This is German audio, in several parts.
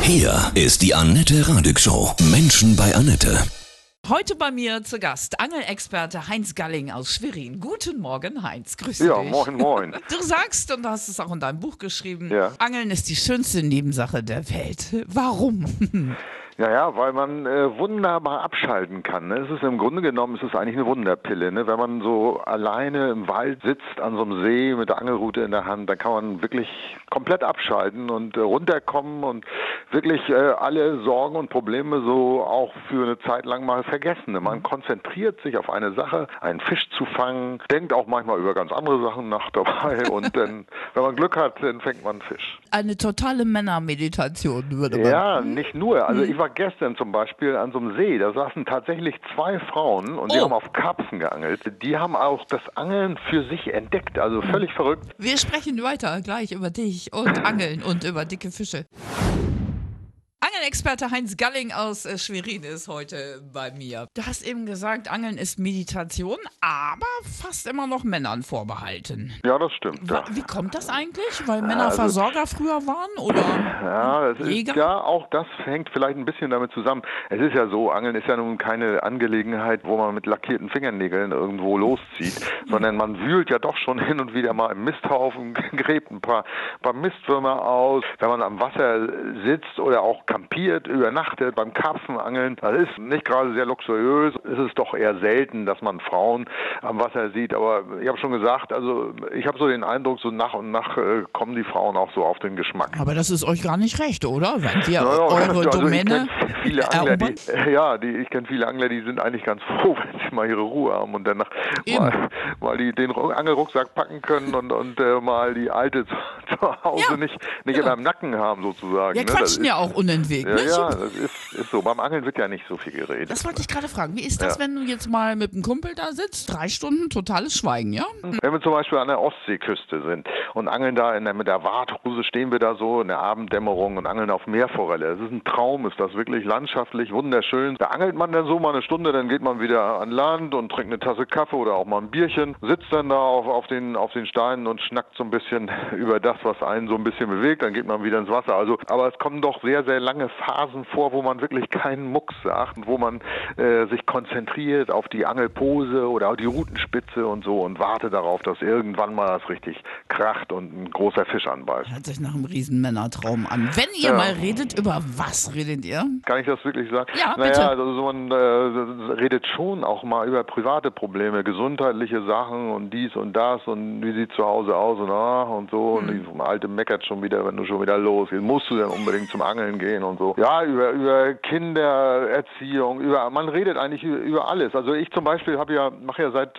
Hier ist die Annette Radig Show. Menschen bei Annette. Heute bei mir zu Gast Angelexperte Heinz Galling aus Schwerin. Guten Morgen, Heinz. Grüß dich. Ja, moin, moin. Du sagst, und du hast es auch in deinem Buch geschrieben, Ja. Angeln ist die schönste Nebensache der Welt. Warum? Ja, weil man wunderbar abschalten kann. Ne? Es ist im Grunde genommen, es ist eigentlich eine Wunderpille. Ne? Wenn man so alleine im Wald sitzt, an so einem See mit der Angelrute in der Hand, dann kann man wirklich komplett abschalten und runterkommen und wirklich alle Sorgen und Probleme so auch für eine Zeit lang mal vergessen. Ne? Man konzentriert sich auf eine Sache, einen Fisch zu fangen, denkt auch manchmal über ganz andere Sachen nach dabei und dann, wenn man Glück hat, dann fängt man einen Fisch. Eine totale Männermeditation, würde man. Ja, nicht nur. Also ich war gestern zum Beispiel an so einem See, da saßen tatsächlich 2 Frauen und die haben auf Karpfen geangelt. Die haben auch das Angeln für sich entdeckt, also völlig verrückt. Wir sprechen weiter gleich über dich und Angeln und über dicke Fische. Angelexperte Heinz Galling aus Schwerin ist heute bei mir. Du hast eben gesagt, Angeln ist Meditation, aber fast immer noch Männern vorbehalten. Ja, das stimmt. Ja. Wie kommt das eigentlich? Weil Männer Versorger früher waren oder Ja, das Jäger? ist, ja, auch das hängt vielleicht ein bisschen damit zusammen. Es ist ja so, Angeln ist ja nun keine Angelegenheit, wo man mit lackierten Fingernägeln irgendwo loszieht, sondern man wühlt ja doch schon hin und wieder mal im Misthaufen, gräbt ein paar Mistwürmer aus. Wenn man am Wasser sitzt oder auch campiert, übernachtet beim Karpfenangeln, das ist nicht gerade sehr luxuriös. Es ist doch eher selten, dass man Frauen am Wasser sieht. Aber ich habe schon gesagt, also ich habe so den Eindruck, so nach und nach kommen die Frauen auch so auf den Geschmack. Aber das ist euch gar nicht recht, oder? Wenn wir Naja, eure also Domäne ich kenne viele erobern? ich kenne viele Angler, die sind eigentlich ganz froh, wenn sie mal ihre Ruhe haben und danach mal den Angelrucksack packen können und mal die Alte zu Hause nicht immer im Nacken haben sozusagen. Ja, quatschen ja auch unentwegt. Ja, Ne? ja, das ist so. Beim Angeln wird ja nicht so viel geredet. Das wollte ich gerade fragen. Wie ist das, wenn du jetzt mal mit einem Kumpel da sitzt? 3 Stunden, totales Schweigen, ja? Wenn wir zum Beispiel an der Ostseeküste sind und angeln da mit der Warthose, stehen wir da so in der Abenddämmerung und angeln auf Meerforelle. Es ist ein Traum, ist das wirklich landschaftlich wunderschön. Da angelt man dann so mal eine Stunde, dann geht man wieder an Land und trinkt eine Tasse Kaffee oder auch mal ein Bierchen, sitzt dann da auf den Steinen und schnackt so ein bisschen über das, was einen so ein bisschen bewegt. Dann geht man wieder ins Wasser. Also, aber es kommen doch sehr, sehr lange Phasen vor, wo man wirklich keinen Mucks sagt und wo man sich konzentriert auf die Angelpose oder auf die Rutenspitze und so und wartet darauf, dass irgendwann mal das richtig kracht und ein großer Fisch anbeißt. Hört sich nach einem riesen Männertraum an. Wenn ihr mal redet, über was redet ihr? Kann ich das wirklich sagen? Ja, bitte. Naja, also man redet schon auch mal über private Probleme, gesundheitliche Sachen und dies und das und wie sieht zu Hause aus und so und die Alte meckert schon wieder, wenn du schon wieder losgehst. Musst du denn unbedingt zum Angeln gehen und so. Ja, über Kindererziehung, man redet eigentlich über alles. Also ich zum Beispiel mache ja seit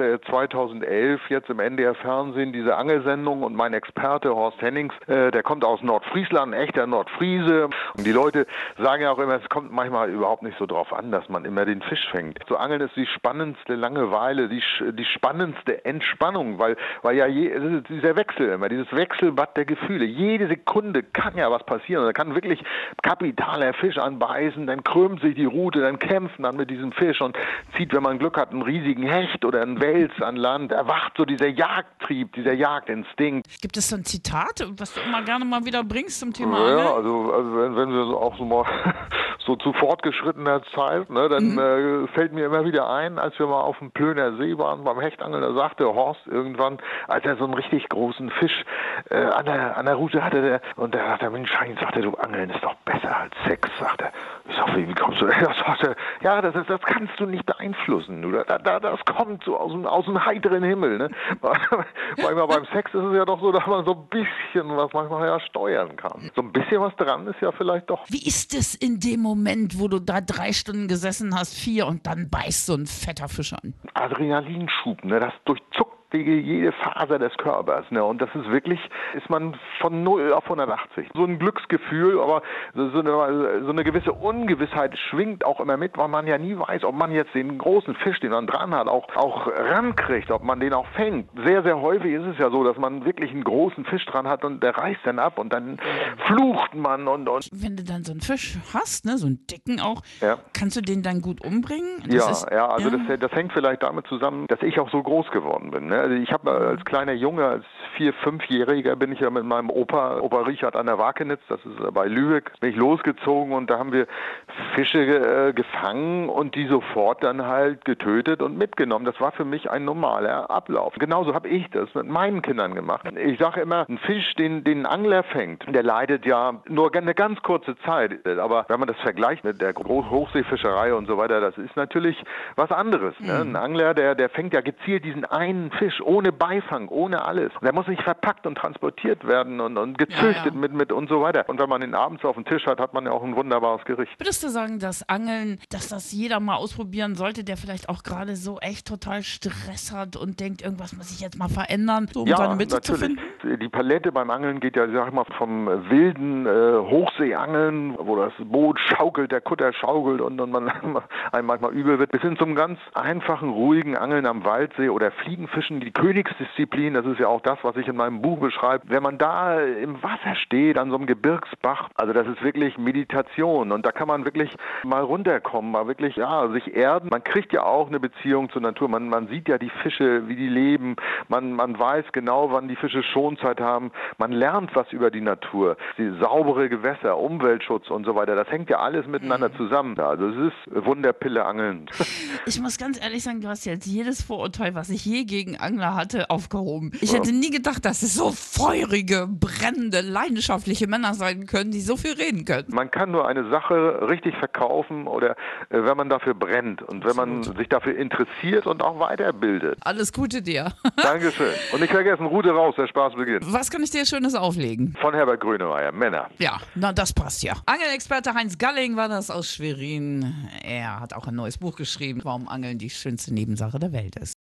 2011 jetzt im NDR-Fernsehen diese Angelsendung und mein Experte Horst Hennings, der kommt aus Nordfriesland, ein echter Nordfriese. Und die Leute sagen ja auch immer, es kommt manchmal überhaupt nicht so drauf an, dass man immer den Fisch fängt. So Angeln ist die spannendste Langeweile, die spannendste Entspannung, weil ja dieser Wechsel immer, dieses Wechselbad der Gefühle. Jede Sekunde kann ja was passieren. Da kann wirklich kapitaler Fisch anbeißen, dann krümmt sich die Rute, dann kämpft man mit diesem Fisch und zieht, wenn man Glück hat, einen riesigen Hecht oder einen Wels an Land. Erwacht so dieser Jagdtrieb, dieser Jagdinstinkt. Gibt es so ein Zitat, was du immer gerne mal wieder bringst zum Thema Ja, Angeln? also wenn wir so auch so mal so zu fortgeschrittener Zeit, ne, dann fällt mir immer wieder ein, als wir mal auf dem Plöner See waren beim Hechtangeln, da sagte Horst irgendwann, als er so einen richtig großen Fisch an der Rute hatte, und da sagte er, Mensch, Heinz, sagte, du, Angeln ist doch besser als Sex, sagt er. Ich sag, wie kommst du? Das sagte, ja, das kannst du nicht beeinflussen. Das kommt so aus dem heiteren Himmel. Ne? Manchmal beim Sex ist es ja doch so, dass man so ein bisschen was manchmal ja steuern kann. So ein bisschen was dran ist ja vielleicht doch. Wie ist es in dem Moment, wo du da 3 Stunden gesessen hast, 4 und dann beißt so ein fetter Fisch an? Adrenalinschub, ne? Das durchzuckt jede Faser des Körpers, ne? Und das ist wirklich, ist man von 0 auf 180. So ein Glücksgefühl, aber so eine gewisse Ungewissheit schwingt auch immer mit, weil man ja nie weiß, ob man jetzt den großen Fisch, den man dran hat, auch rankriegt, ob man den auch fängt. Sehr, sehr häufig ist es ja so, dass man wirklich einen großen Fisch dran hat und der reißt dann ab und dann flucht man und. Wenn du dann so einen Fisch hast, ne, so einen dicken auch, kannst du den dann gut umbringen? Das hängt vielleicht damit zusammen, dass ich auch so groß geworden bin, ne? Also ich habe als kleiner Junge, als 4-, 5-Jähriger bin ich ja mit meinem Opa Richard an der Wakenitz, das ist bei Lübeck, bin ich losgezogen und da haben wir Fische gefangen und die sofort dann halt getötet und mitgenommen. Das war für mich ein normaler Ablauf. Genauso habe ich das mit meinen Kindern gemacht. Ich sage immer, ein Fisch, den ein Angler fängt, der leidet ja nur eine ganz kurze Zeit. Aber wenn man das vergleicht mit der Hochseefischerei und so weiter, das ist natürlich was anderes. Ne? Ein Angler, der fängt ja gezielt diesen einen Fisch ohne Beifang, ohne alles. Der muss nicht verpackt und transportiert werden und gezüchtet mit und so weiter. Und wenn man ihn abends auf dem Tisch hat, hat man ja auch ein wunderbares Gericht. Würdest du sagen, dass Angeln, dass das jeder mal ausprobieren sollte, der vielleicht auch gerade so echt total Stress hat und denkt, irgendwas muss ich jetzt mal verändern, so um seine Mitte zu finden? Die Palette beim Angeln geht ja, sag ich mal, vom wilden Hochseeangeln, wo das Boot schaukelt, der Kutter schaukelt und man einem manchmal übel wird, bis hin zum ganz einfachen, ruhigen Angeln am Waldsee oder Fliegenfischen, die Königsdisziplin, das ist ja auch das, was ich in meinem Buch beschreibe. Wenn man da im Wasser steht, an so einem Gebirgsbach, also das ist wirklich Meditation und da kann man wirklich mal runterkommen, mal wirklich, sich erden. Man kriegt ja auch eine Beziehung zur Natur, man sieht ja die Fische, wie die leben, man weiß genau, wann die Fische Schonzeit haben, man lernt was über die Natur, die saubere Gewässer, Umweltschutz und so weiter, das hängt ja alles miteinander zusammen. Also es ist Wunderpille angeln. Ich muss ganz ehrlich sagen, du hast jetzt jedes Vorurteil, was ich je gegen Angler hatte, aufgehoben. Ich hätte nie gedacht, dass es so feurige, brennende, leidenschaftliche Männer sein können, die so viel reden können. Man kann nur eine Sache richtig verkaufen oder wenn man dafür brennt und wenn man sich dafür interessiert und auch weiterbildet. Alles Gute dir. Dankeschön. Und nicht vergessen, Rute raus, der Spaß beginnt. Was kann ich dir Schönes auflegen? Von Herbert Grönemeyer, Männer. Ja, na das passt ja. Angelexperte Heinz Galling war das aus Schwerin. Er hat auch ein neues Buch geschrieben, warum Angeln die schönste Nebensache der Welt ist.